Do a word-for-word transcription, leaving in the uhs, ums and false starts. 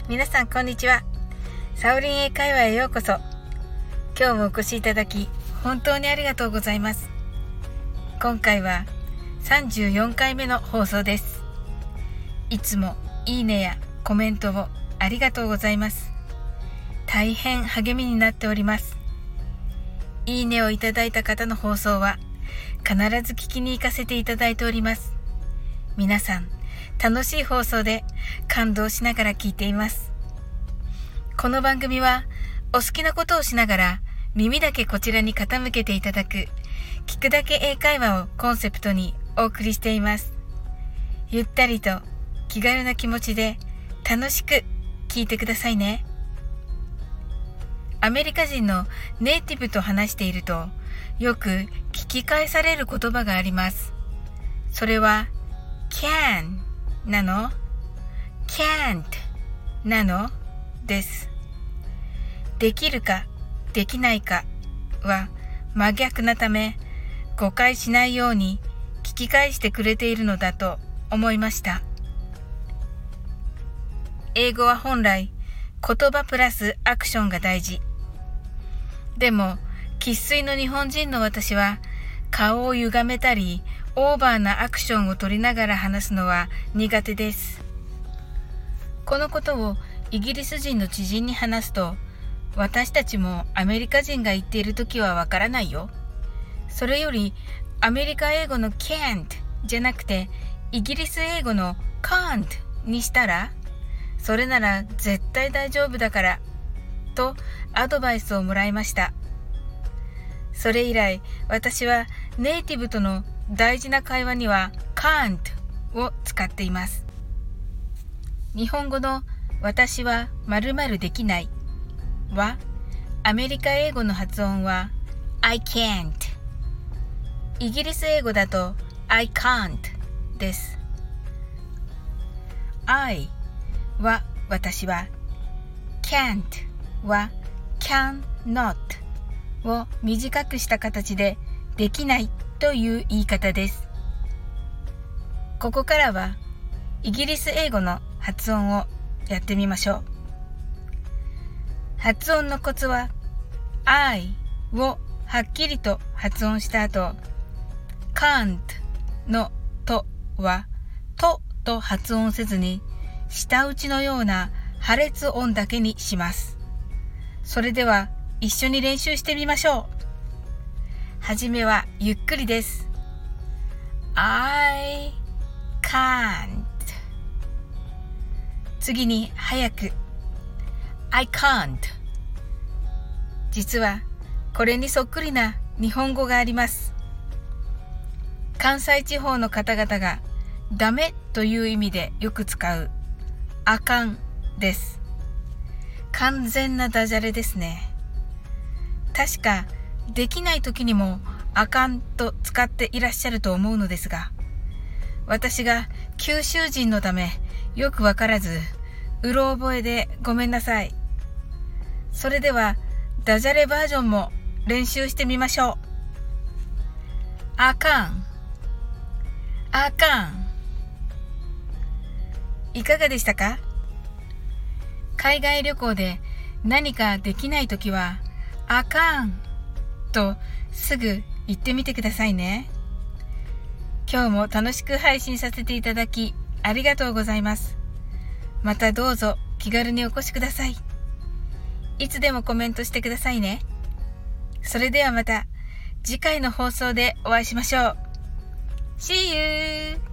皆さんこんにちは。サオリン英会話へようこそ。今日もお越しいただき本当にありがとうございます。今回はさんじゅうよんかいめの放送です。いつもいいねやコメントをありがとうございます。大変励みになっております。いいねをいただいた方の放送は必ず聞きに行かせていただいております。皆さん楽しい放送で感動しながら聞いています。この番組はお好きなことをしながら耳だけこちらに傾けていただく聞くだけ英会話をコンセプトにお送りしています。ゆったりと気軽な気持ちで楽しく聞いてくださいね。アメリカ人のネイティブと話しているとよく聞き返される言葉があります。それは can なの can't なのです。できるかできないかは真逆なため誤解しないように聞き返してくれているのだと思いました。英語は本来言葉プラスアクションが大事。でも生粋の日本人の私は顔を歪めたりオーバーなアクションを取りながら話すのは苦手です。このことをイギリス人の知人に話すと、私たちもアメリカ人が言っているときはわからないよ。それよりアメリカ英語の can't じゃなくてイギリス英語の can't にしたら、それなら絶対大丈夫だからとアドバイスをもらいました。それ以来私はネイティブとの大事な会話には can't を使っています。日本語の私は〇〇できないはアメリカ英語の発音は I can't。 イギリス英語だと I can't です。 I は私は、 can't は cannot を短くした形でできないという言い方です。ここからはイギリス英語の発音をやってみましょう。発音のコツは I をはっきりと発音した後、 can't のとはとと発音せずに舌打ちのような破裂音だけにします。それでは一緒に練習してみましょう。はじめはゆっくりです。 I can't。 次に早く I can't。 実はこれにそっくりな日本語があります。関西地方の方々がダメという意味でよく使うあかんです。完全なダジャレですね。確かできない時にもあかんと使っていらっしゃると思うのですが、私が九州人のためよくわからずうろ覚えでごめんなさい。それではダジャレバージョンも練習してみましょう。あかん、あかん。いかがでしたか？海外旅行で何かできないときはあかんとすぐ言ってみてくださいね。今日も楽しく配信させていただきありがとうございます。またどうぞ気軽にお越しください。いつでもコメントしてくださいね。それではまた次回の放送でお会いしましょう。See you!